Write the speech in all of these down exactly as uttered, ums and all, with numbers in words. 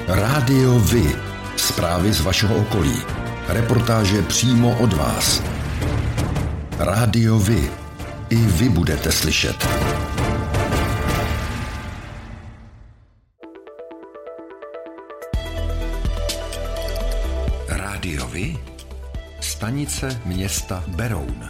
Rádio Vy. Zprávy z vašeho okolí. Reportáže přímo od vás. Rádio Vy. I vy budete slyšet. Rádio Vy. Stanice města Beroun.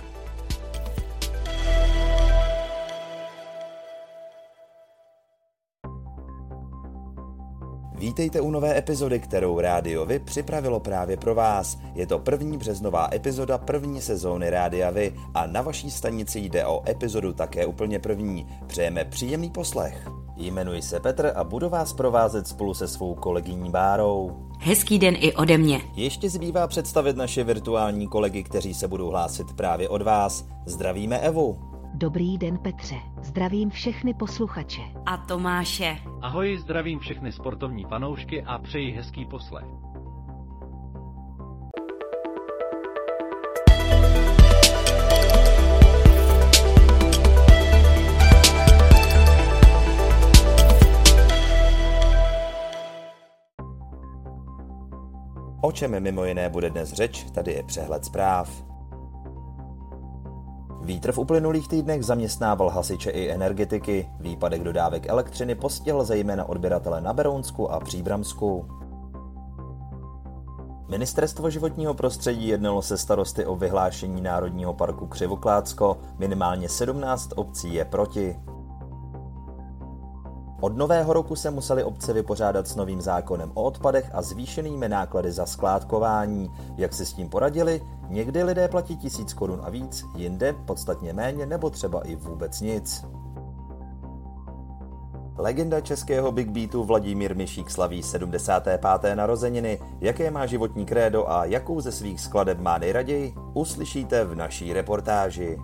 Vítejte u nové epizody, kterou Rádio Vy připravilo právě pro vás. Je to první březnová epizoda první sezóny Rádia Vy a na vaší stanici jde o epizodu také úplně první. Přejeme příjemný poslech. Jmenuji se Petr a budu vás provázet spolu se svou kolegyní Bárou. Hezký den i ode mě. Ještě zbývá představit naše virtuální kolegy, kteří se budou hlásit právě od vás. Zdravíme Evu. Dobrý den, Petře. Zdravím všechny posluchače. A Tomáše. Ahoj, zdravím všechny sportovní fanoušky a přeji hezký poslech. O čem mimo jiné bude dnes řeč, tady je přehled zpráv. Vítr v uplynulých týdnech zaměstnával hasiče i energetiky. Výpadek dodávek elektřiny postihl zejména odběratele na Berounsku a Příbramsku. Ministerstvo životního prostředí jednalo se starosty o vyhlášení Národního parku Křivoklátsko. Minimálně sedmnáct obcí je proti. Od nového roku se museli obce vypořádat s novým zákonem o odpadech a zvýšenými náklady za skládkování. Jak si s tím poradili? Někdy lidé platí tisíc korun a víc, jinde podstatně méně nebo třeba i vůbec nic. Legenda českého Big Beatu Vladimír Mišík slaví sedmdesáté páté narozeniny. Jaké má životní krédo a jakou ze svých skladeb má nejraději? Uslyšíte v naší reportáži.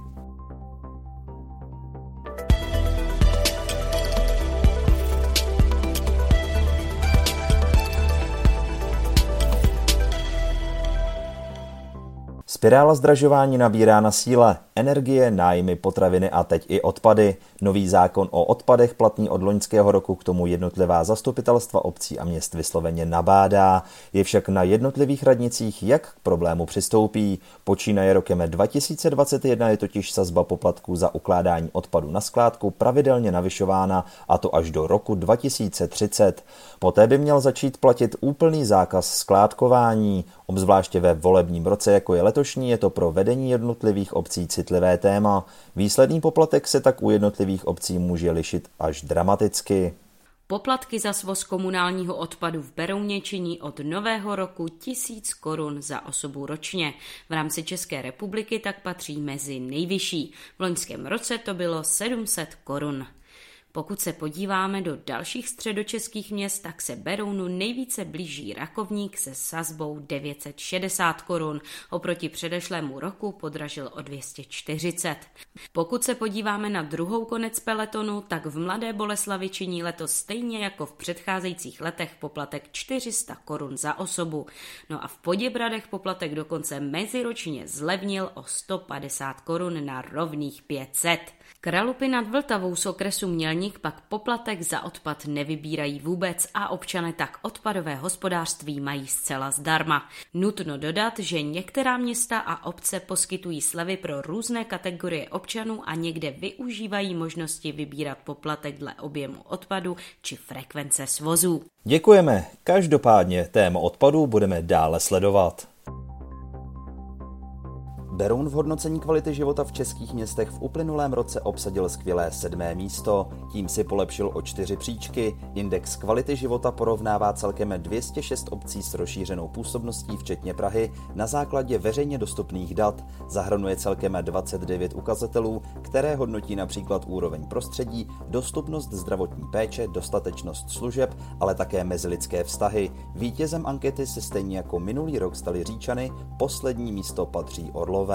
Spirála zdražování nabírá na síle. Energie, nájmy, potraviny a teď i odpady. Nový zákon o odpadech platný od loňského roku k tomu jednotlivá zastupitelstva obcí a měst vysloveně nabádá. Je však na jednotlivých radnicích, jak k problému přistoupí. Počínaje rokem dva tisíce dvacet jedna je totiž sazba poplatků za ukládání odpadu na skládku pravidelně navyšována, a to až do roku dva tisíce třicet. Poté by měl začít platit úplný zákaz skládkování. Obzvláště ve volebním roce, jako je letošní, je to pro vedení jednotlivých obcí citlivé téma. Výsledný poplatek se tak u jednotlivých obcí může lišit až dramaticky. Poplatky za svoz komunálního odpadu v Berouně činí od nového roku tisíc korun za osobu ročně. V rámci České republiky tak patří mezi nejvyšší. V loňském roce to bylo sedm set korun. Pokud se podíváme do dalších středočeských měst, tak se Berounu nejvíce blíží Rakovník se sazbou devět set šedesát korun. Oproti předešlému roku podražil o dvě stě čtyřicet. Pokud se podíváme na druhou konec peletonu, tak v Mladé Boleslavi činí letos stejně jako v předcházejících letech poplatek čtyři sta korun za osobu. No a v Poděbradech poplatek dokonce meziročně zlevnil o sto padesát korun na rovných pět set. Kralupy nad Vltavou z okresu Mělník pak poplatek za odpad nevybírají vůbec a občané tak odpadové hospodářství mají zcela zdarma. Nutno dodat, že některá města a obce poskytují slevy pro různé kategorie občanů a někde využívají možnosti vybírat poplatek dle objemu odpadu či frekvence svozů. Děkujeme. Každopádně téma odpadu budeme dále sledovat. Beroun v hodnocení kvality života v českých městech v uplynulém roce obsadil skvělé sedmé místo, tím si polepšil o čtyři příčky. Index kvality života porovnává celkem dvě stě šest obcí s rozšířenou působností včetně Prahy na základě veřejně dostupných dat. Zahrnuje celkem dvacet devět ukazatelů, které hodnotí například úroveň prostředí, dostupnost zdravotní péče, dostatečnost služeb, ale také mezilidské vztahy. Vítězem ankety se stejně jako minulý rok stali Říčany, poslední místo patří Orlové.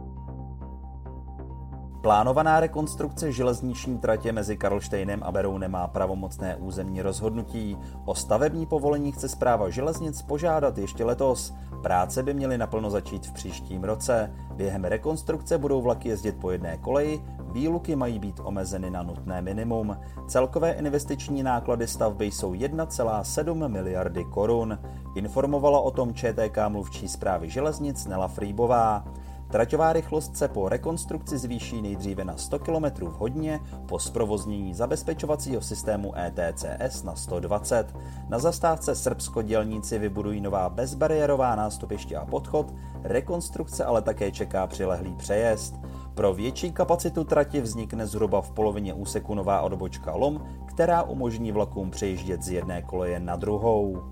Plánovaná rekonstrukce železniční tratě mezi Karlštejnem a Berounem má pravomocné územní rozhodnutí. O stavební povolení chce Správa železnic požádat ještě letos. Práce by měly naplno začít v příštím roce. Během rekonstrukce budou vlaky jezdit po jedné koleji, Výluky mají být omezeny na nutné minimum. Celkové investiční náklady stavby jsou jedna celá sedm miliardy korun. Informovala o tom ČTK mluvčí Správy železnic Nela Frýbová. Traťová rychlost se po rekonstrukci zvýší nejdříve na sto kilometrů v hodině, po zprovoznění zabezpečovacího systému E T C S na sto dvacet. Na zastávce Srbsko dělníci vybudují nová bezbariérová nástupiště a podchod, rekonstrukce ale také čeká přilehlý přejezd. Pro větší kapacitu trati vznikne zhruba v polovině úseku nová odbočka Lom, která umožní vlakům přejíždět z jedné koleje na druhou.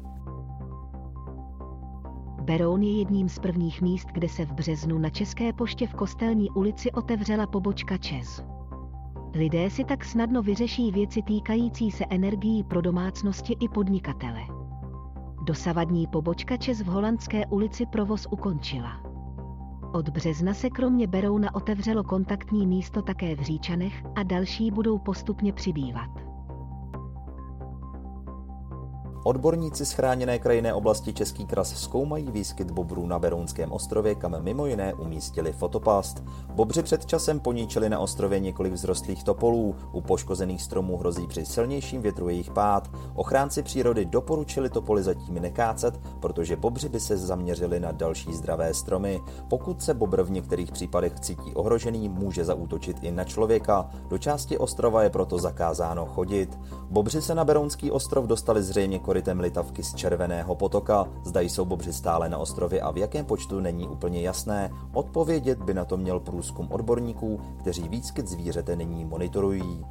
Beroun je jedním z prvních míst, kde se v březnu na České poště v Kostelní ulici otevřela pobočka ČEZ. Lidé si tak snadno vyřeší věci týkající se energií pro domácnosti i podnikatele. Dosavadní pobočka ČEZ v Holandské ulici provoz ukončila. Od března se kromě Berouna otevřelo kontaktní místo také v Říčanech a další budou postupně přibývat. Odborníci z chráněné krajinné oblasti Český kras zkoumají výskyt bobrů na Berounském ostrově, kam mimo jiné umístili fotopast. Bobři před časem poničili na ostrově několik vzrostlých topolů. U poškozených stromů hrozí při silnějším větru jejich pád. Ochránci přírody doporučili topoly zatím nekácet, protože bobři by se zaměřili na další zdravé stromy. Pokud se bobr v některých případech cítí ohrožený, může zaútočit i na člověka. Do části ostrova je proto zakázáno chodit. Bobři se na Berounský ostrov dostali zřejmě korytem Litavky z Červeného potoka. Zda jsou bobři stále na ostrově a v jakém počtu, není úplně jasné. Odpovědět by na to měl průzkum odborníků, kteří výskyt zvířete nyní monitorují.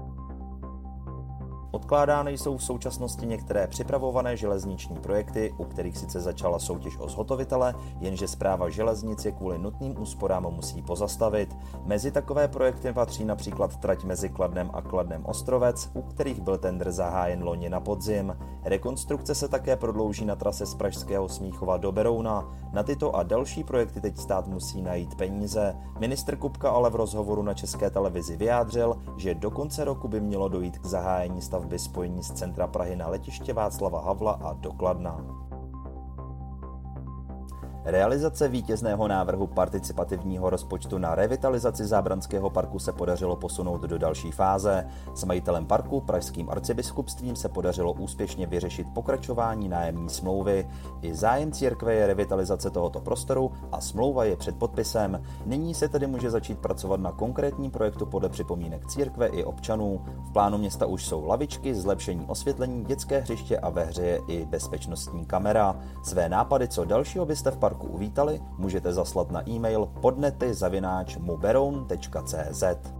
Odkládány jsou v současnosti některé připravované železniční projekty, u kterých sice začala soutěž o zhotovitele, jenže Správa železnic je kvůli nutným úsporám musí pozastavit. Mezi takové projekty patří například trať mezi Kladnem a Kladnem Ostrovec, u kterých byl tendr zahájen loni na podzim. Rekonstrukce se také prodlouží na trase z Pražského Smíchova do Berouna. Na tyto a další projekty teď stát musí najít peníze. Ministr Kupka ale v rozhovoru na České televizi vyjádřil, že do konce roku by mělo dojít k zahájení stavby spojení z centra Prahy na letiště Václava Havla a do Kladna. Realizace vítězného návrhu participativního rozpočtu na revitalizaci Zábranského parku se podařilo posunout do další fáze. S majitelem parku, pražským arcibiskupstvím, se podařilo úspěšně vyřešit pokračování nájemní smlouvy. I zájem církve je revitalizace tohoto prostoru a smlouva je před podpisem. Nyní se tedy může začít pracovat na konkrétním projektu podle připomínek církve i občanů. V plánu města už jsou lavičky, zlepšení osvětlení, dětské hřiště a ve hře je i bezpečnostní kamera. Své nápady, co dalšího byste v parku uvítali, můžete zaslat na e-mail podnety zavináč muberoun tečka cé zet.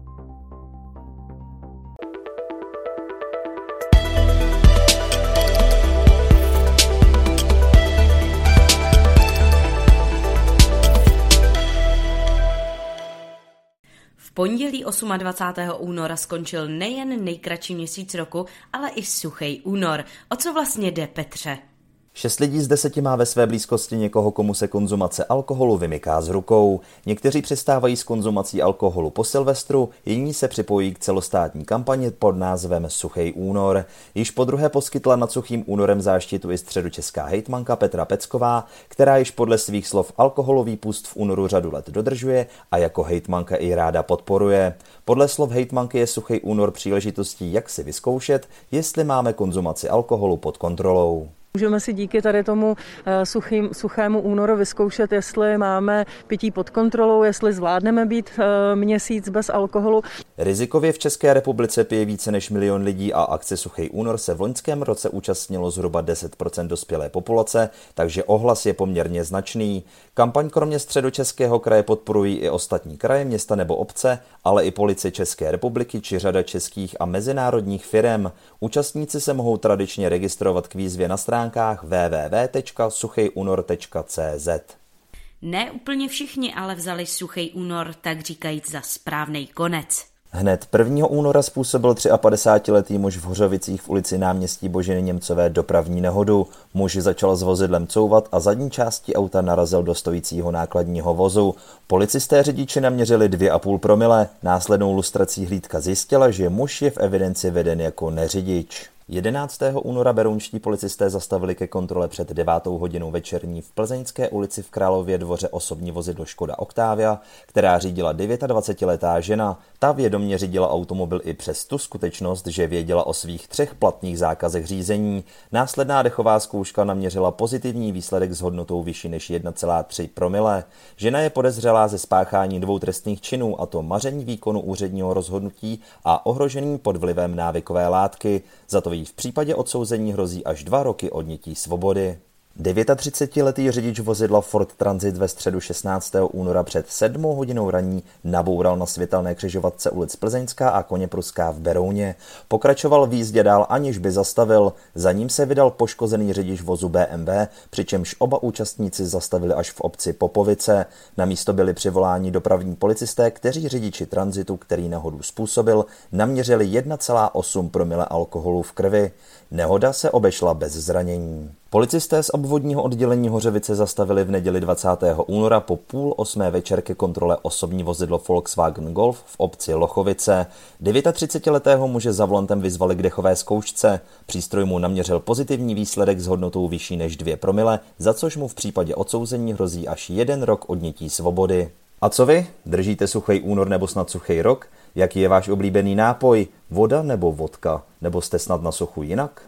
V pondělí dvacátého osmého února skončil nejen nejkratší měsíc roku, ale i suchý únor. O co vlastně jde, Petře? Šest lidí z deseti má ve své blízkosti někoho, komu se konzumace alkoholu vymyká z rukou. Někteří přestávají s konzumací alkoholu po Silvestru, jiní se připojí k celostátní kampani pod názvem Suchý únor. Již podruhé poskytla nad suchým únorem záštitu i středočeská hejtmanka Petra Pecková, která již podle svých slov alkoholový pust v únoru řadu let dodržuje a jako hejtmanka i ráda podporuje. Podle slov hejtmanky je Suchý únor příležitostí, jak si vyzkoušet, jestli máme konzumaci alkoholu pod kontrolou. Můžeme si díky tady tomu suchým, suchému únoru vyzkoušet, jestli máme pití pod kontrolou, jestli zvládneme být měsíc bez alkoholu. Rizikově v České republice pije více než milion lidí a akce Suchý únor se v loňském roce účastnilo zhruba deset procent dospělé populace, takže ohlas je poměrně značný. Kampaň kromě Středočeského kraje podporují i ostatní kraje, města nebo obce, ale i Policie České republiky či řada českých a mezinárodních firem. Účastníci se mohou tradičně registrovat k výzvě na stránkách w w w tečka suchý únor tečka cé zet. Ne úplně všichni ale vzali Suchý únor tak říkajíc za správnej konec. Hned prvního února způsobil padesátitříletý muž v Hořovicích v ulici Náměstí Boženy Němcové dopravní nehodu. Muž začal s vozidlem couvat a zadní části auta narazil do stojícího nákladního vozu. Policisté řidiči naměřili dvě a půl promile. Následnou lustrací hlídka zjistila, že muž je v evidenci veden jako neřidič. jedenáctého února berounští policisté zastavili ke kontrole před devátou hodinou večerní v Plzeňské ulici v Králově Dvoře osobní vozidlo Škoda Octavia, která řídila dvacetidvětiletá žena. Ta vědomě řídila automobil i přes tu skutečnost, že věděla o svých třech platných zákazech řízení. Následná dechová zkouška naměřila pozitivní výsledek s hodnotou vyšší než jedna celá tři promile. Žena je podezřelá ze spáchání dvou trestných činů, a to maření výkonu úředního rozhodnutí a ohrožení pod vlivem návykové látky. Za to jí v případě odsouzení hrozí až dva roky odnětí svobody. třicetidevítiletý řidič vozidla Ford Transit ve středu šestnáctého února před sedmou hodinou raní naboural na světelné křižovatce ulic Plzeňská a Koněpruská v Berouně. Pokračoval v jízdě dál, aniž by zastavil. Za ním se vydal poškozený řidič vozu B M W, přičemž oba účastníci zastavili až v obci Popovice. Na místo byli přivoláni dopravní policisté, kteří řidiči Transitu, který nehodu způsobil, naměřili jedna celá osm promile alkoholu v krvi. Nehoda se obešla bez zranění. Policisté z obvodního oddělení Hořovice zastavili v neděli dvacátého února po půl osmé večer ke kontrole osobní vozidlo Volkswagen Golf v obci Lochovice. třicetidevítiletého muže za volantem vyzvali k dechové zkoušce. Přístroj mu naměřil pozitivní výsledek s hodnotou vyšší než dvě promile, za což mu v případě odsouzení hrozí až jeden rok odnětí svobody. A co vy? Držíte suchej únor nebo snad suchej rok? Jaký je váš oblíbený nápoj? Voda nebo vodka? Nebo jste snad na suchu jinak?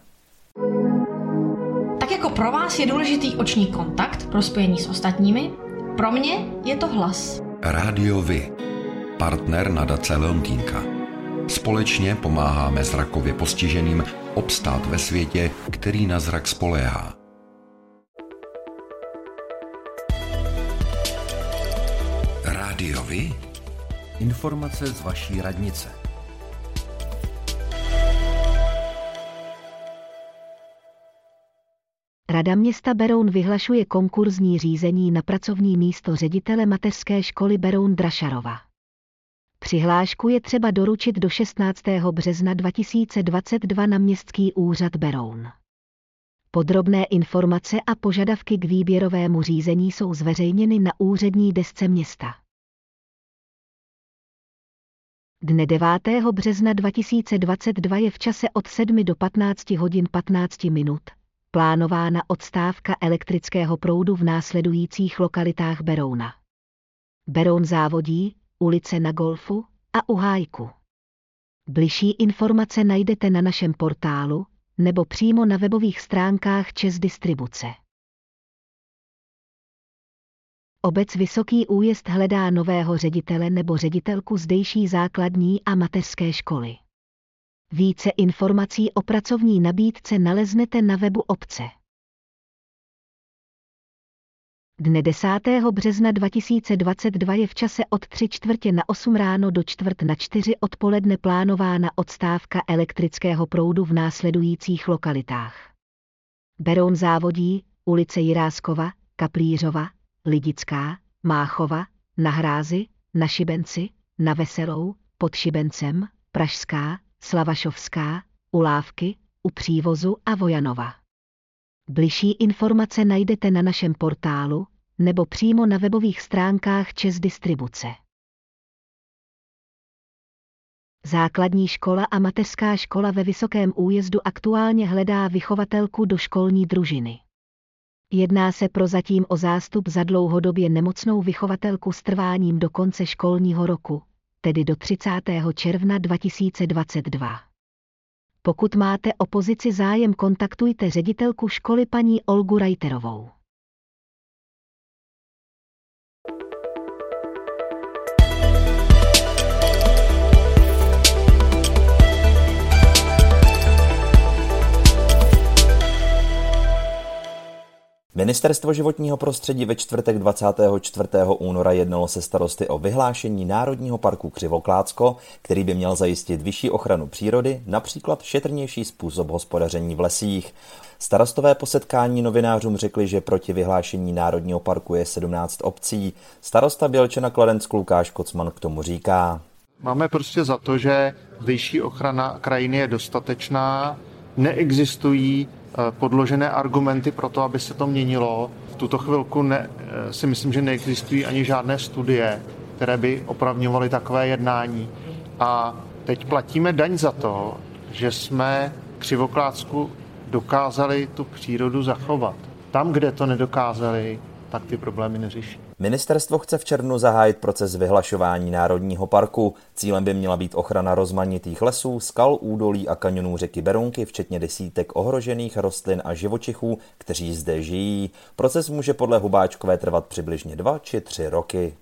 Tak jako pro vás je důležitý oční kontakt pro spojení s ostatními, pro mě je to hlas. Rádio Vy, partner nadace Leontýnka. Společně pomáháme zrakově postiženým obstát ve světě, který na zrak spoléhá. Rádio Vy? Informace z vaší radnice. Rada města Beroun vyhlašuje konkurzní řízení na pracovní místo ředitele mateřské školy Beroun Drašarova. Přihlášku je třeba doručit do šestnáctého března dva tisíce dvacet dva na Městský úřad Beroun. Podrobné informace a požadavky k výběrovému řízení jsou zveřejněny na úřední desce města. Dne devátého března dva tisíce dvacet dva je v čase od sedmi do patnácti hodin patnáct minut plánována odstávka elektrického proudu v následujících lokalitách Berouna. Beroun Závodí, ulice Na Golfu a U Hájku. Bližší informace najdete na našem portálu nebo přímo na webových stránkách ČEZ Distribuce. Obec Vysoký Újezd hledá nového ředitele nebo ředitelku zdejší základní a mateřské školy. Více informací o pracovní nabídce naleznete na webu obce. Dne desátého března dva tisíce dvacet dva je v čase od tři čtvrtě na osm ráno do čtvrt na čtyři odpoledne plánována odstávka elektrického proudu v následujících lokalitách. Beroun Závodí, ulice Jiráskova, Kaplířova, Lidická, Máchova, Na Hrázi, Na Šibenci, Na Veselou, Pod Šibencem, Pražská, Slavašovská, U Lávky, U Přívozu a Vojanova. Bližší informace najdete na našem portálu nebo přímo na webových stránkách ČEZ Distribuce. Základní škola a mateřská škola ve Vysokém Újezdu aktuálně hledá vychovatelku do školní družiny. Jedná se prozatím o zástup za dlouhodobě nemocnou vychovatelku s trváním do konce školního roku, tedy do třicátého června dva tisíce dvacet dva. Pokud máte o pozici zájem, kontaktujte ředitelku školy paní Olgu Rajterovou. Ministerstvo životního prostředí ve čtvrtek dvacátého čtvrtého února jednalo se starosty o vyhlášení Národního parku Křivoklácko, který by měl zajistit vyšší ochranu přírody, například šetrnější způsob hospodaření v lesích. Starostové po setkání novinářům řekli, že proti vyhlášení Národního parku je sedmnáct obcí. Starosta Bělče Kladensk Lukáš Kocman k tomu říká. Máme prostě za to, že vyšší ochrana krajiny je dostatečná, neexistují podložené argumenty pro to, aby se to měnilo. V tuto chvilku ne, si myslím, že neexistují ani žádné studie, které by opravňovaly takové jednání. A teď platíme daň za to, že jsme Křivoklátsku dokázali tu přírodu zachovat. Tam, kde to nedokázali, tak ty problémy neřeší. Ministerstvo chce v červnu zahájit proces vyhlašování národního parku. Cílem by měla být ochrana rozmanitých lesů, skal, údolí a kanionů řeky Berounky, včetně desítek ohrožených rostlin a živočichů, kteří zde žijí. Proces může podle Hubáčkové trvat přibližně dva či tři roky.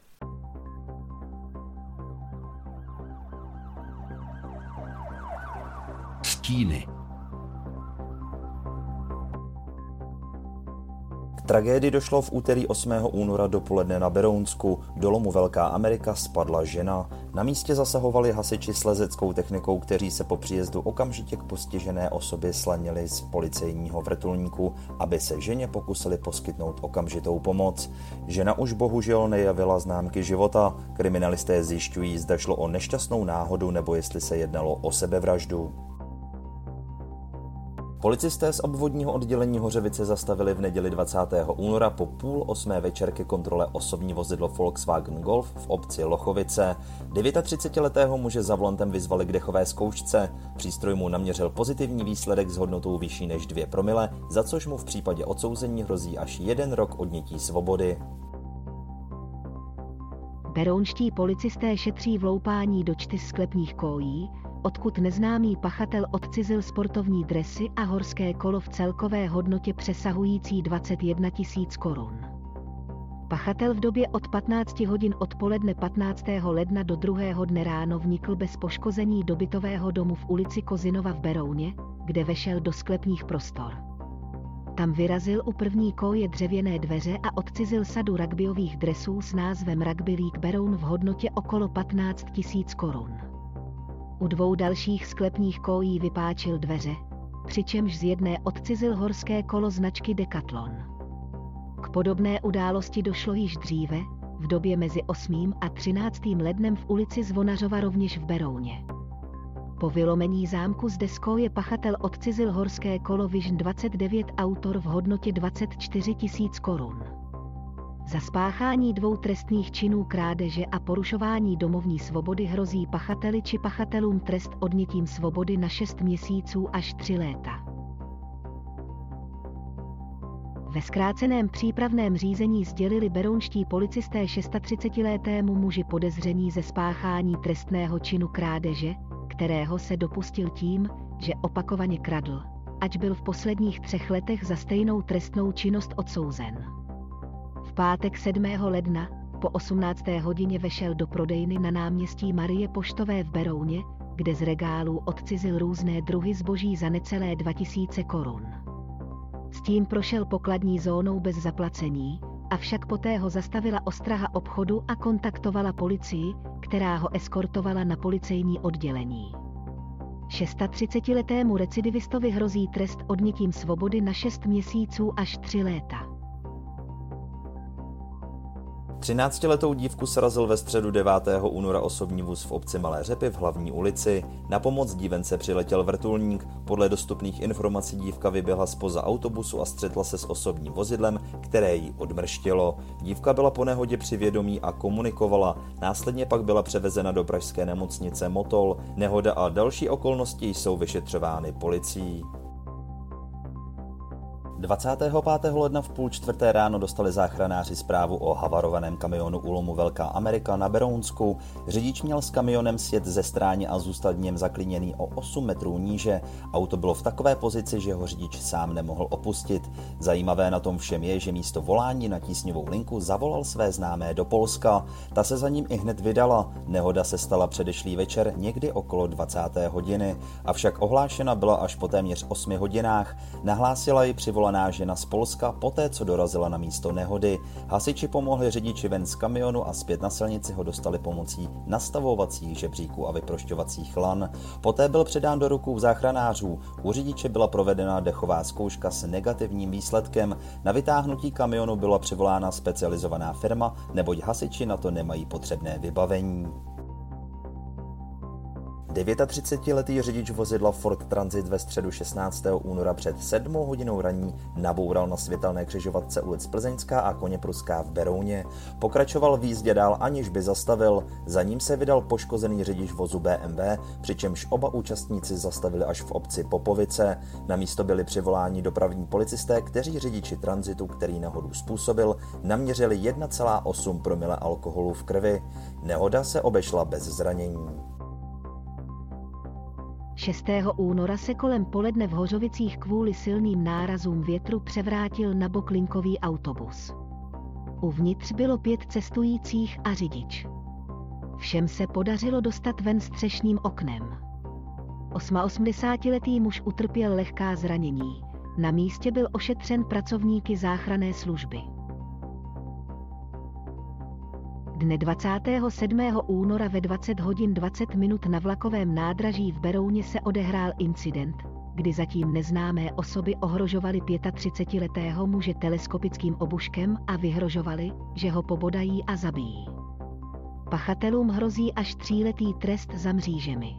Stíny. K tragédii došlo v úterý osmého února dopoledne na Berounsku. Do lomu Velká Amerika spadla žena. Na místě zasahovali hasiči s lezeckou technikou, kteří se po příjezdu okamžitě k postižené osobě slanili z policejního vrtulníku, aby se ženě pokusili poskytnout okamžitou pomoc. Žena už bohužel nejavila známky života. Kriminalisté zjišťují, zda šlo o nešťastnou náhodu nebo jestli se jednalo o sebevraždu. Policisté z obvodního oddělení Hořovice zastavili v neděli dvacátého února po půl osmé večer ke kontrole osobní vozidlo Volkswagen Golf v obci Lochovice. třicetidevítiletého muže za volantem vyzvali k dechové zkoušce. Přístroj mu naměřil pozitivní výsledek s hodnotou vyšší než dvě promile, za což mu v případě odsouzení hrozí až jeden rok odnětí svobody. Berounští policisté šetří vloupání do čtyř sklepních kojí, odkud neznámý pachatel odcizil sportovní dresy a horské kolo v celkové hodnotě přesahující dvacet jedna tisíc korun. Pachatel v době od patnácti hodin odpoledne patnáctého ledna do druhého dne ráno vnikl bez poškození do bytového domu v ulici Kozinova v Berouně, kde vešel do sklepních prostor. Tam vyrazil u první koje dřevěné dveře a odcizil sadu rugbyových dresů s názvem Rugby League Beroun v hodnotě okolo patnáct tisíc korun. U dvou dalších sklepních kojí vypáčil dveře, přičemž z jedné odcizil horské kolo značky Decathlon. K podobné události došlo již dříve, v době mezi osmým a třináctým lednem v ulici Zvonařova rovněž v Berouně. Po vylomení zámku z deskoje pachatel odcizil horské kolo Vision dvacet devět Autor v hodnotě dvacet čtyři tisíc korun. Za spáchání dvou trestných činů krádeže a porušování domovní svobody hrozí pachateli či pachatelům trest odnětím svobody na šest měsíců až tři léta. Ve zkráceném přípravném řízení sdělili berounští policisté třicetišestiletému muži podezření ze spáchání trestného činu krádeže, kterého se dopustil tím, že opakovaně kradl, ač byl v posledních třech letech za stejnou trestnou činnost odsouzen. V pátek sedmého ledna po osmnácté hodině vešel do prodejny na náměstí Marie Poštové v Berouně, kde z regálů odcizil různé druhy zboží za necelé dva tisíce korun. S tím prošel pokladní zónou bez zaplacení, avšak poté ho zastavila ostraha obchodu a kontaktovala policii, která ho eskortovala na policejní oddělení. třicetišestiletému recidivistovi hrozí trest odnětím svobody na šest měsíců až tři léta. třináctiletou dívku srazil ve středu devátého února osobní vůz v obci Malé Řepy v hlavní ulici. Na pomoc dívence přiletěl vrtulník. Podle dostupných informací dívka vyběhla zpoza autobusu a střetla se s osobním vozidlem, které ji odmrštilo. Dívka byla po nehodě při vědomí a komunikovala. Následně pak byla převezena do pražské nemocnice Motol. Nehoda a další okolnosti jsou vyšetřovány policií. dvacátého pátého ledna v půl čtvrté ráno dostali záchranáři zprávu o havarovaném kamionu u lomu Velká Amerika na Berounsku. Řidič měl s kamionem sjet ze stráně a zůstat v něm zaklíněný o osm metrů níže. Auto bylo v takové pozici, že ho řidič sám nemohl opustit. Zajímavé na tom všem je, že místo volání na tísňovou linku zavolal své známé do Polska. Ta se za ním i hned vydala. Nehoda se stala předešlý večer někdy okolo dvacáté hodiny. Avšak ohlášena byla až po téměř osmi hodinách. Nahlásila ji přivolaná žena z Polska poté, co dorazila na místo nehody. Hasiči pomohli řidiči ven z kamionu a zpět na silnici ho dostali pomocí nastavovacích žebříků a vyprošťovacích lan. Poté byl předán do rukou záchranářů. U řidiče byla provedena dechová zkouška s negativním výsledkem. Na vytáhnutí kamionu byla přivolána specializovaná firma, neboť hasiči na to nemají potřebné vybavení. třicetidevětiletý řidič vozidla Ford Transit ve středu šestnáctého února před sedmou hodinou raní naboural na světelné křižovatce ulic Plzeňská a Koněpruská v Berouně. Pokračoval v jízdě dál, aniž by zastavil. Za ním se vydal poškozený řidič vozu bé em vé, přičemž oba účastníci zastavili až v obci Popovice. Na místo byli přivoláni dopravní policisté, kteří řidiči Transitu, který nehodu způsobil, naměřili jedna celá osm promile alkoholu v krvi. Nehoda se obešla bez zranění. šestého února se kolem poledne v Hořovicích kvůli silným nárazům větru převrátil na bok linkový autobus. Uvnitř bylo pět cestujících a řidič. Všem se podařilo dostat ven střešním oknem. osmaosmdesátiletý muž utrpěl lehká zranění. Na místě byl ošetřen pracovníky záchranné služby. Dne dvacátého sedmého února ve dvacet hodin dvacet minut na vlakovém nádraží v Berouně se odehrál incident, kdy zatím neznámé osoby ohrožovaly třicetiletého muže teleskopickým obuškem a vyhrožovali, že ho pobodají a zabijí. Pachatelům hrozí až tříletý trest za mřížemi.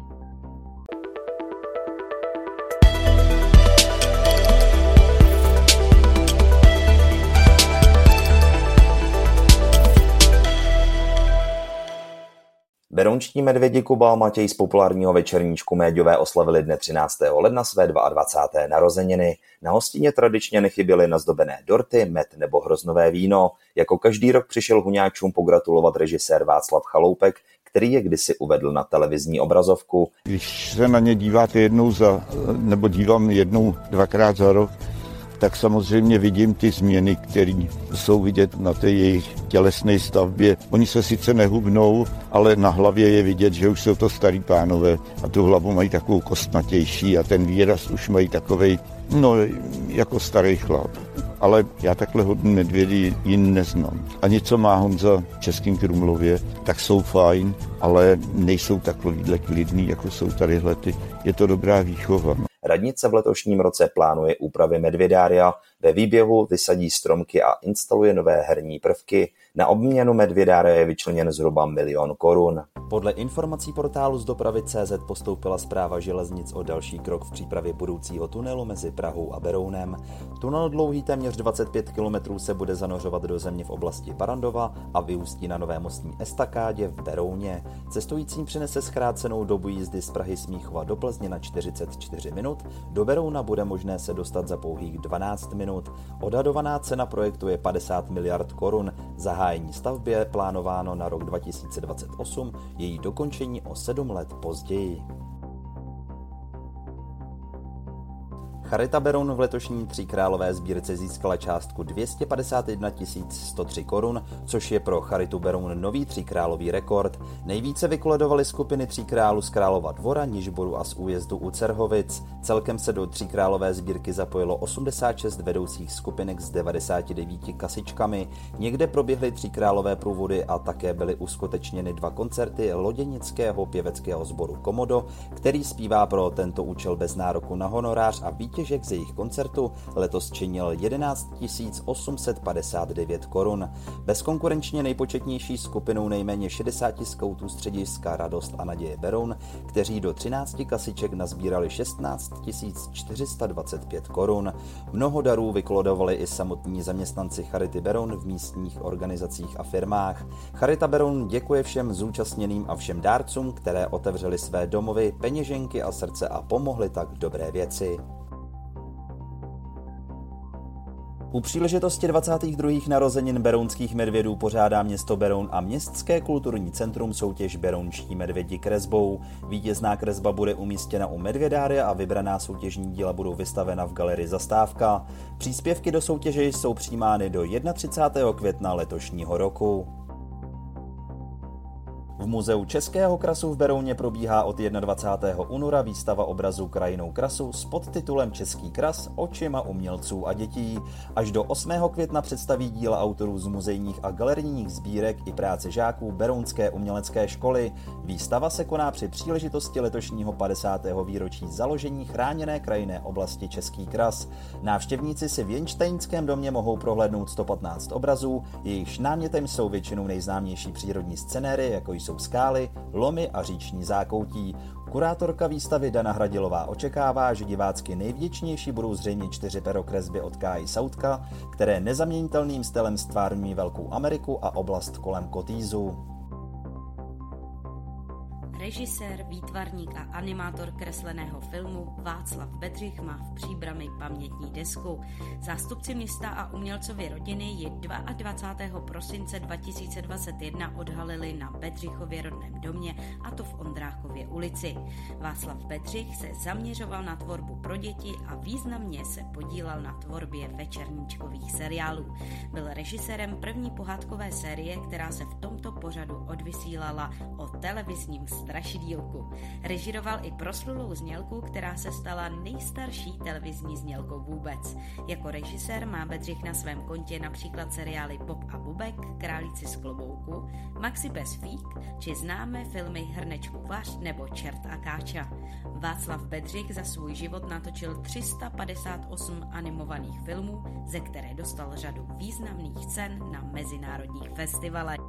Berounští medvědi Kuba a Matěj z populárního večerníčku Méďové oslavili dne třináctého ledna své dvacáté druhé narozeniny. Na hostině tradičně nechyběly nazdobené dorty, med nebo hroznové víno. Jako každý rok přišel huňáčům pogratulovat režisér Václav Chaloupek, který je kdysi uvedl na televizní obrazovku. Když se na ně díváte jednou za, nebo dívám jednou, dvakrát za rok, tak samozřejmě vidím ty změny, které jsou vidět na té jejich tělesné stavbě. Oni se sice nehubnou, ale na hlavě je vidět, že už jsou to starý pánové a tu hlavu mají takovou kostnatější a ten výraz už mají takovej, no, jako starý chlap. Ale já takhle hodně medvědí jin neznám. A něco má Honza v Českém Krumlově, tak jsou fajn, ale nejsou takovýhle klidný, jako jsou tadyhle ty. Je to dobrá výchova. Radnice v letošním roce plánuje úpravy medvědária, ve výběhu vysadí stromky a instaluje nové herní prvky. Na obměnu medvědária je vyčleněn zhruba milion korun. Podle informací portálu z dopravy tečka cé zet postoupila správa železnic o další krok v přípravě budoucího tunelu mezi Prahou a Berounem. Tunel dlouhý téměř dvacet pět kilometrů se bude zanořovat do země v oblasti Barandova a vyústí na nové mostní estakádě v Berouně. Cestujícím přinese zkrácenou dobu jízdy z Prahy Smíchova do Plzně na čtyřicet čtyři minut, do Berouna bude možné se dostat za pouhých dvanáct minut. Odhadovaná cena projektu je padesát miliard korun. Zahájení stavby je plánováno na rok dva tisíce dvacet osm, její dokončení o sedm let později. Charita Beroun v letošní tříkrálové sbírce získala částku dvě stě padesát jedna tisíc sto tři korun, což je pro Charitu Beroun nový tříkrálový rekord. Nejvíce vykoledovaly skupiny Tří králů z Králova Dvora, Nižboru a z újezdu u Cerhovic. Celkem se do tříkrálové sbírky zapojilo osmdesát šest vedoucích skupinek s devadesáti devíti kasičkami. Někde proběhly tříkrálové průvody a také byly uskutečněny dva koncerty loděnického pěveckého sboru Komodo, který zpívá pro tento účel bez nároku na honorář, a výtěžek z jejich koncertu letos činil jedenáct tisíc osm set padesát devět korun. Bezkonkurenčně nejpočetnější skupinou nejméně šedesáti skautů střediska Radost a naděje Beroun, kteří do třinácti kasiček nazbírali šestnáct tisíc čtyři sta dvacet pět korun. Mnoho darů vykolodovali i samotní zaměstnanci Charity Beroun v místních organizacích a firmách. Charita Beroun děkuje všem zúčastněným a všem dárcům, které otevřeli své domovy, peněženky a srdce a pomohli tak dobré věci. U příležitosti dvacátých druhých narozenin berounských medvědů pořádá město Beroun a Městské kulturní centrum soutěž Berounští medvědi kresbou. Vítězná kresba bude umístěna u medvědária a vybraná soutěžní díla budou vystavena v galerii Zastávka. Příspěvky do soutěže jsou přijímány do třicátého prvního května letošního roku. V Muzeu Českého krasu v Berouně probíhá od dvacátého prvního února výstava obrazů krajinou krasu s podtitulem Český kras očima umělců a dětí. Až do osmého května představí díla autorů z muzejních a galerijních sbírek i práce žáků Berounské umělecké školy. Výstava se koná při příležitosti letošního padesátého výročí založení chráněné krajinné oblasti Český kras. Návštěvníci si v Jenštejnském domě mohou prohlédnout sto patnáct obrazů, jejichž námětem jsou většinou nejznámější přírodní scenéry, jako jsou jsou skály, lomy a říční zákoutí. Kurátorka výstavy Dana Hradilová očekává, že divácky nejvděčnější budou zřejmě čtyři perokresby od Káji Sautka, které nezaměnitelným stylem stvárňují Velkou Ameriku a oblast kolem Kotýzu. Režisér, výtvarník a animátor kresleného filmu Václav Bedřich má v Příbrami pamětní desku. Zástupci města a umělcovy rodiny ji dvacátého druhého prosince dva tisíce dvacet jedna odhalili na Bedřichově rodném domě, a to v Ondráchově ulici. Václav Bedřich se zaměřoval na tvorbu pro děti a významně se podílel na tvorbě večerníčkových seriálů. Byl režisérem první pohádkové série, která se v tomto pořadu odvysílala o televizním strašidílku. Režíroval i proslulou znělku, která se stala nejstarší televizní znělkou vůbec. Jako režisér má Bedřich na svém kontě například seriály Bob a Bubek, Králíci z klobouku, Maxi bez fík, či známé filmy Hrnečku vař nebo Čert a Káča. Václav Bedřich za svůj život natočil tři sta padesát osm animovaných filmů, ze které dostal řadu významných cen na mezinárodních festivalech.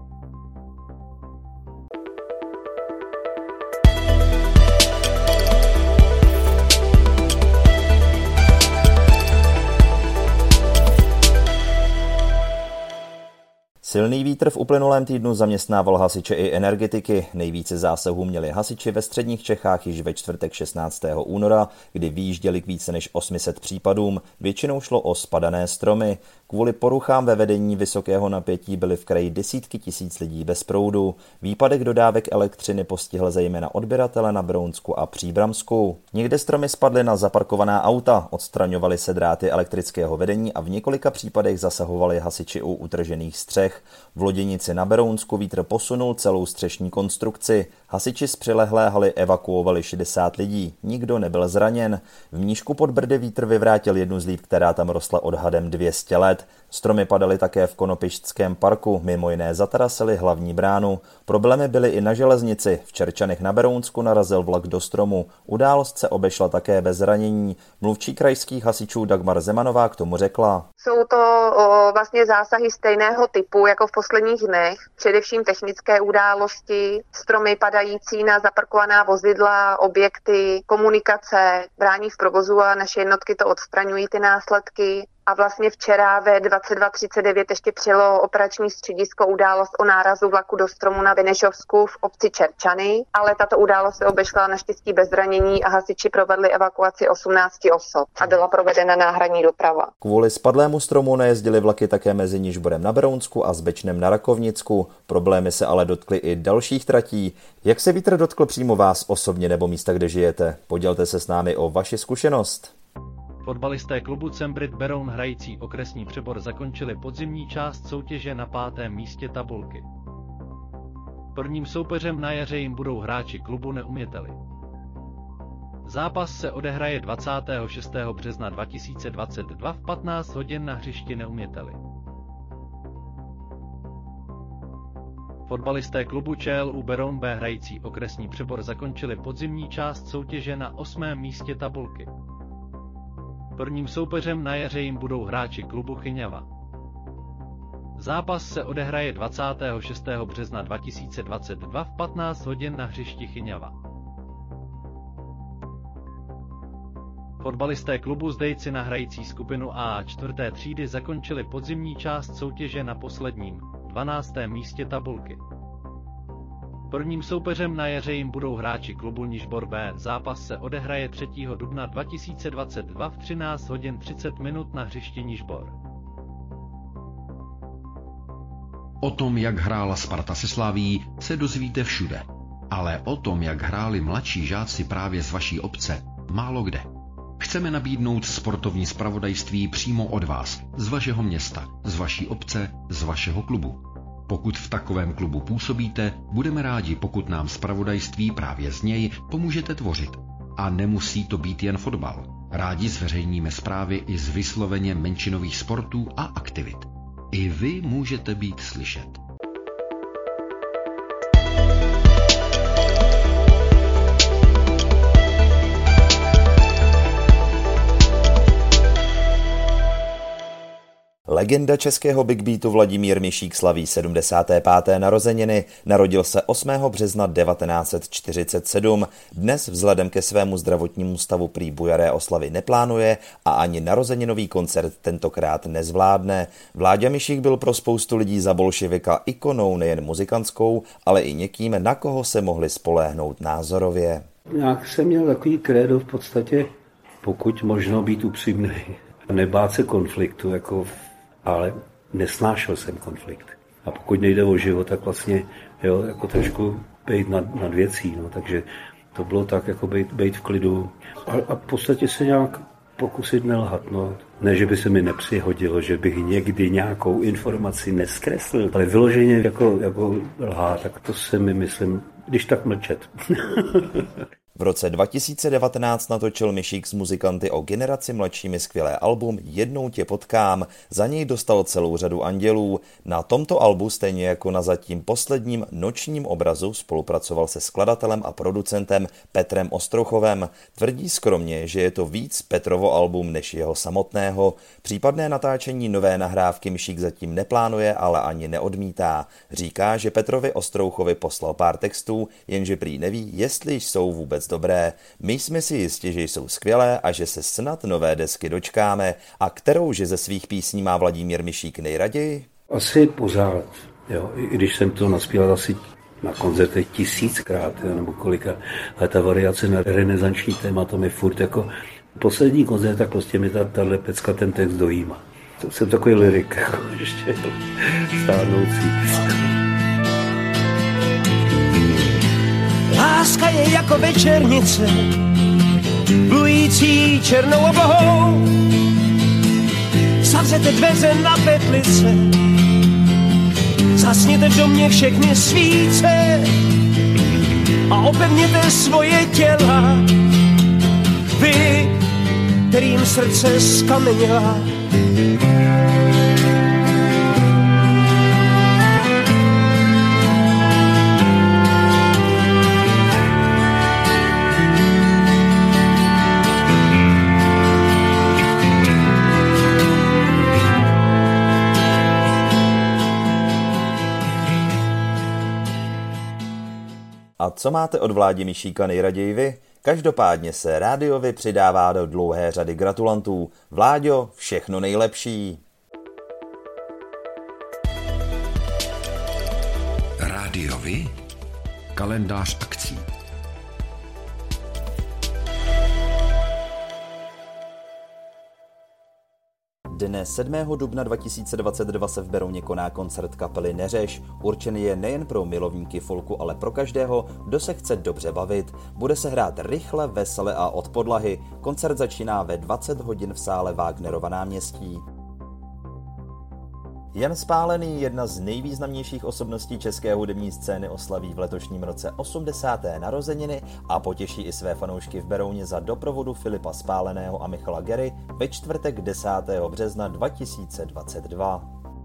Silný vítr v uplynulém týdnu zaměstnával hasiče i energetiky. Nejvíce zásahů měli hasiči ve středních Čechách již ve čtvrtek šestnáctého února, kdy vyjížděli k více než osmi set případům. Většinou šlo o spadané stromy. Kvůli poruchám ve vedení vysokého napětí byly v kraji desítky tisíc lidí bez proudu. Výpadek dodávek elektřiny postihl zejména odběratele na Berounsku a Příbramsku. Někde stromy spadly na zaparkovaná auta, odstraňovaly se dráty elektrického vedení a v několika případech zasahovali hasiči u utržených střech. V Loděnici na Berounsku vítr posunul celou střešní konstrukci. Hasiči z přilehlé haly evakuovali šedesát lidí. Nikdo nebyl zraněn. V Mníšku pod Brdy vítr vyvrátil jednu z líp, která tam rostla odhadem dvě stě let. Stromy padaly také v Konopišťském parku, mimo jiné zatarasily hlavní bránu. Problémy byly i na železnici. V Čerčanech na Berounsku narazil vlak do stromu. Událost se obešla také bez zranění. Mluvčí krajských hasičů Dagmar Zemanová k tomu řekla: Jsou to o, vlastně zásahy stejného typu jako v posledních dnech, především technické události, stromy padající na zaparkovaná vozidla, objekty, komunikace, brání v provozu a naše jednotky to odstraňují ty následky. A vlastně včera ve dvacet dva třicet devět ještě přijelo operační středisko událost o nárazu vlaku do stromu na Benešovsku v obci Čerčany, ale tato událost se obešla naštěstí bez zranění a hasiči provedli evakuaci osmnácti osob a byla provedena náhradní doprava. Kvůli spadlému stromu nejezdily vlaky také mezi Nižborem na Berounsku a Zbečnem na Rakovnicku. Problémy se ale dotkly i dalších tratí. Jak se vítr dotkl přímo vás osobně nebo místa, kde žijete? Podělte se s námi o vaši zkušenost. Fotbalisté klubu Cembrit Beroun hrající okresní přebor zakončili podzimní část soutěže na pátém místě tabulky. Prvním soupeřem na jaře jim budou hráči klubu Neuměteli. Zápas se odehraje dvacátého šestého března dva tisíce dvacet dva v patnáct hodin na hřišti Neuměteli. Fotbalisté klubu ČLU Beroun B hrající okresní přebor zakončili podzimní část soutěže na osmém místě tabulky. Prvním soupeřem na jaře jim budou hráči klubu Chyňava. Zápas se odehraje dvacátého šestého března dva tisíce dvacet dva v patnáct hodin na hřišti Chyňava. Fotbalisté klubu Zdejci na hrající skupinu A čtvrté třídy zakončili podzimní část soutěže na posledním, dvanáctém místě tabulky. Prvním soupeřem na jaře jim budou hráči klubu Nižbor B. Zápas se odehraje třetího dubna dva tisíce dvacet dva v třináct hodin třicet minut na hřišti Nižbor. O tom, jak hrála Sparta se Slaví, se dozvíte všude. Ale o tom, jak hráli mladší žáci právě z vaší obce, málo kde. Chceme nabídnout sportovní zpravodajství přímo od vás, z vašeho města, z vaší obce, z vašeho klubu. Pokud v takovém klubu působíte, budeme rádi, pokud nám zpravodajství právě z něj pomůžete tvořit. A nemusí to být jen fotbal. Rádi zveřejníme zprávy i z vysloveně menšinových sportů a aktivit. I vy můžete být slyšet. Legenda českého big beatu Vladimír Mišík slaví sedmdesáté páté narozeniny. Narodil se osmého března devatenáct set čtyřicet sedm. Dnes vzhledem ke svému zdravotnímu stavu prý bujaré oslavy neplánuje a ani narozeninový koncert tentokrát nezvládne. Vláďa Mišík byl pro spoustu lidí za bolševika ikonou nejen muzikantskou, ale i někým, na koho se mohli spoléhnout názorově. Nějak jsem měl takový krédo v podstatě, pokud možno být upřímný. Nebát se konfliktu, jako, ale nesnášel jsem konflikt. A pokud nejde o život, tak vlastně jo, jako trošku bejt nad, nad věcí. No, takže to bylo tak, jako bejt, bejt v klidu. A, a v podstatě se nějak pokusit nelhat. No. Ne, že by se mi nepřihodilo, že bych někdy nějakou informaci neskreslil, ale vyloženě jako, jako lhát, tak to se mi myslím, když tak mlčet. V roce dva tisíce devatenáct natočil Mišík s muzikanty o generaci mladšími skvělé album Jednou tě potkám, za něj dostal celou řadu andělů. Na tomto albu, stejně jako na zatím posledním Nočním obrazu, spolupracoval se skladatelem a producentem Petrem Ostrouchovem. Tvrdí skromně, že je to víc Petrovo album než jeho samotného. Případné natáčení nové nahrávky Mišík zatím neplánuje, ale ani neodmítá. Říká, že Petrovi Ostrouchovi poslal pár textů, jenže prý neví, jestli jsou vůbec dobré. My jsme si jistí, že jsou skvělé a že se snad nové desky dočkáme. A kterou že ze svých písní má Vladimír Mišík nejraději? Asi pořád. Jo. I když jsem to naspíval asi na koncertech tisíckrát, jo, nebo kolika. Ale ta variace na renesanční téma, to mi furt jako poslední koncert, tak prostě mi ta, tahle pecka ten text dojíma. To jsem takový lyrik, jako ještě stárnoucí. Láska je jako večernice, plující černou oblohou. Zavřete dveře na petlice, zasněte v domě všechny svíce a opevněte svoje těla. Vy, kterým srdce skameněla. A co máte od Vládi Mišíka nejraději vy? Každopádně se Rádiovi přidává do dlouhé řady gratulantů. Vláďo, všechno nejlepší. Rádiovi? Kalendář akcí. Dne sedmého dubna dva tisíce dvacet dva se v Berouně koná koncert kapely Neřeš. Určený je nejen pro milovníky folku, ale pro každého, kdo se chce dobře bavit. Bude se hrát rychle, vesele a od podlahy. Koncert začíná ve dvacet hodin v sále Wagnerova náměstí. Jan Spálený, jedna z nejvýznamnějších osobností české hudební scény, oslaví v letošním roce osmdesáté narozeniny a potěší i své fanoušky v Berouně za doprovodu Filipa Spáleného a Michala Gery ve čtvrtek desátého března dva tisíce dvacet dva.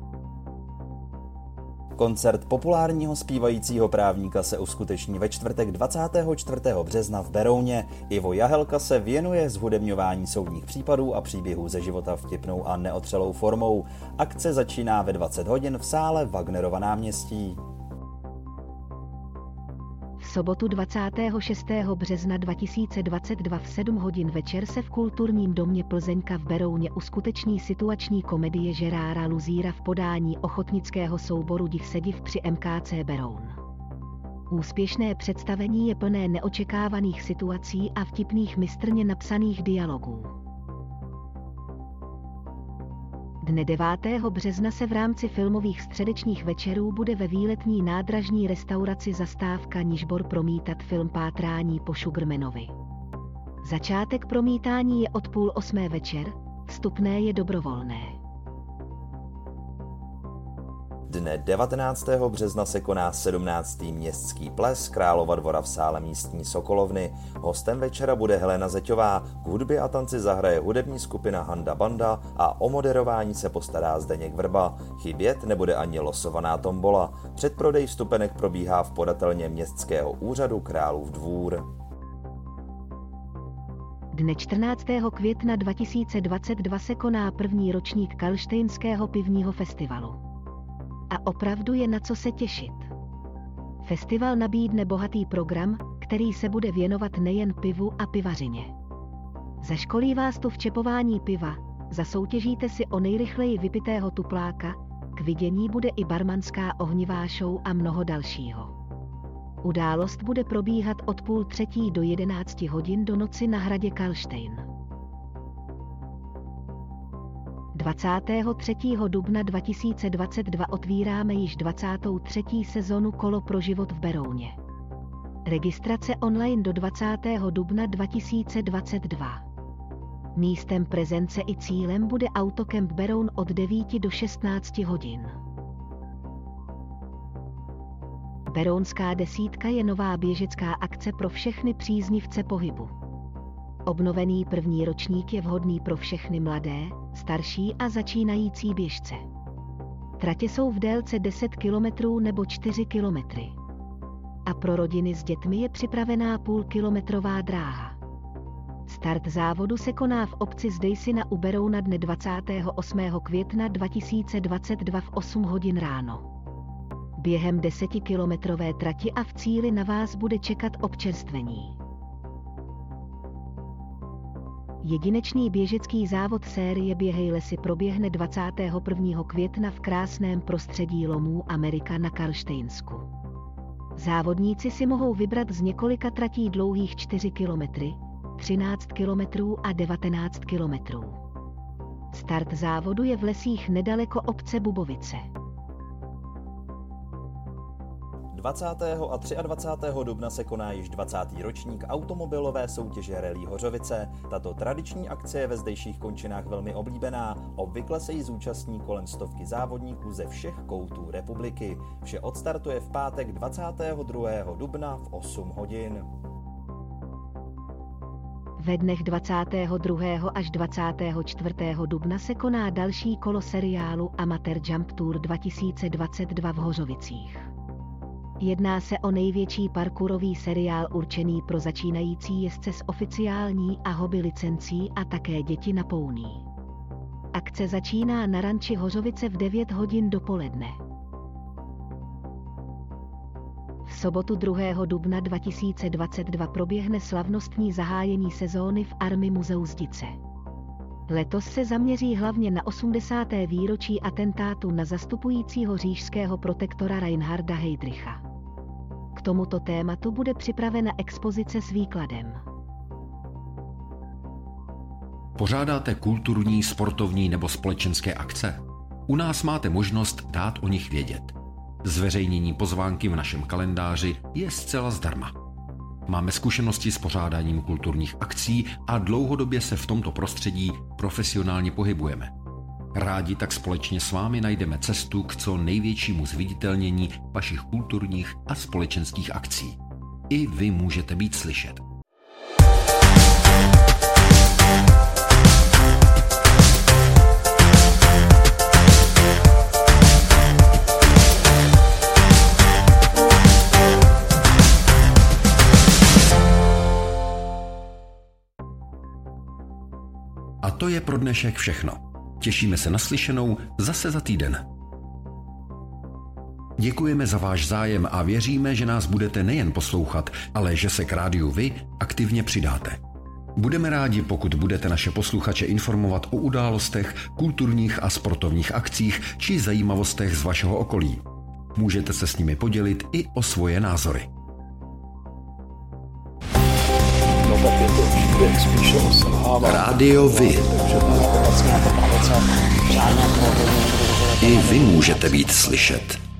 Koncert populárního zpívajícího právníka se uskuteční ve čtvrtek dvacátého čtvrtého března v Berouně. Ivo Jahelka se věnuje zhudebňování soudních případů a příběhů ze života vtipnou a neotřelou formou. Akce začíná ve dvacet hodin v sále Wagnerova náměstí. V sobotu dvacátého šestého března dva tisíce dvacet dva v sedm hodin večer se v Kulturním domě Plzeňka v Berouně uskuteční situační komedie Žerára Luzíra v podání ochotnického souboru Div se div při M K C Beroun. Úspěšné představení je plné neočekávaných situací a vtipných mistrně napsaných dialogů. Dne devátého března se v rámci filmových středečních večerů bude ve výletní nádražní restauraci Zastávka Nižbor promítat film Pátrání po Sugarmanovi. Začátek promítání je od půl osmé večer, vstupné je dobrovolné. Dne devatenáctého března se koná sedmnáctý městský ples Králova Dvora v sále místní Sokolovny. Hostem večera bude Helena Zeťová, k hudbě a tanci zahraje hudební skupina Handa Banda a o moderování se postará Zdeněk Vrba. Chybět nebude ani losovaná tombola. Předprodej vstupenek probíhá v podatelně Městského úřadu Králův Dvůr. Dne čtrnáctého května dva tisíce dvacet dva se koná první ročník Karlštejnského pivního festivalu. A opravdu je na co se těšit. Festival nabídne bohatý program, který se bude věnovat nejen pivu a pivařině. Zaškolí vás tu v čepování piva, zasoutěžíte si o nejrychleji vypitého tupláka, k vidění bude i barmanská ohnivá show a mnoho dalšího. Událost bude probíhat od půl třetí do jedenácti hodin do noci na hradě Karlštejn. dvacátého třetího dubna dva tisíce dvacet dva otvíráme již dvacátou třetí sezonu Kolo pro život v Berouně. Registrace online do dvacátého dubna dva tisíce dvacet dva. Místem prezence i cílem bude Autokemp Beroun od devíti do šestnácti hodin. Berounská desítka je nová běžecká akce pro všechny příznivce pohybu. Obnovený první ročník je vhodný pro všechny mladé, starší a začínající běžce. Tratě jsou v délce deset kilometrů nebo čtyři kilometry. A pro rodiny s dětmi je připravená půlkilometrová dráha. Start závodu se koná v obci Zdejsina u Berouna dne dvacátého osmého května dva tisíce dvacet dva v osm hodin ráno. Během desetikilometrové trati a v cíli na vás bude čekat občerstvení. Jedinečný běžecký závod série Běhej lesy proběhne dvacátého prvního května v krásném prostředí lomů Amerika na Karlštejnsku. Závodníci si mohou vybrat z několika tratí dlouhých čtyři kilometry, třináct kilometrů a devatenáct kilometrů. Start závodu je v lesích nedaleko obce Bubovice. dvacátého a dvacátého třetího dubna se koná již dvacátý ročník automobilové soutěže Rally Hořovice. Tato tradiční akce je ve zdejších končinách velmi oblíbená. Obvykle se jí zúčastní kolem stovky závodníků ze všech koutů republiky. Vše odstartuje v pátek dvacátého druhého dubna v osm hodin. Ve dnech dvacátého druhého až dvacátého čtvrtého dubna se koná další kolo seriálu Amateur Jump Tour dva tisíce dvacet dva v Hořovicích. Jedná se o největší parkourový seriál určený pro začínající jezdce s oficiální a hobby licencí a také děti na pouní. Akce začíná na ranči Hořovice v devět hodin dopoledne. V sobotu druhého dubna dva tisíce dvacet dva proběhne slavnostní zahájení sezóny v Army muzeu Zdice. Letos se zaměří hlavně na osmdesáté výročí atentátu na zastupujícího říšského protektora Reinharda Heydricha. K tomuto tématu bude připravena expozice s výkladem. Pořádáte kulturní, sportovní nebo společenské akce? U nás máte možnost dát o nich vědět. Zveřejnění pozvánky v našem kalendáři je zcela zdarma. Máme zkušenosti s pořádáním kulturních akcí a dlouhodobě se v tomto prostředí profesionálně pohybujeme. Rádi tak společně s vámi najdeme cestu k co největšímu zviditelnění vašich kulturních a společenských akcí. I vy můžete být slyšet. A to je pro dnešek všechno. Těšíme se na slyšenou zase za týden. Děkujeme za váš zájem a věříme, že nás budete nejen poslouchat, ale že se k rádiu vy aktivně přidáte. Budeme rádi, pokud budete naše posluchače informovat o událostech, kulturních a sportovních akcích či zajímavostech z vašeho okolí. Můžete se s nimi podělit i o svoje názory. Rádio Vy. I vy můžete být slyšet.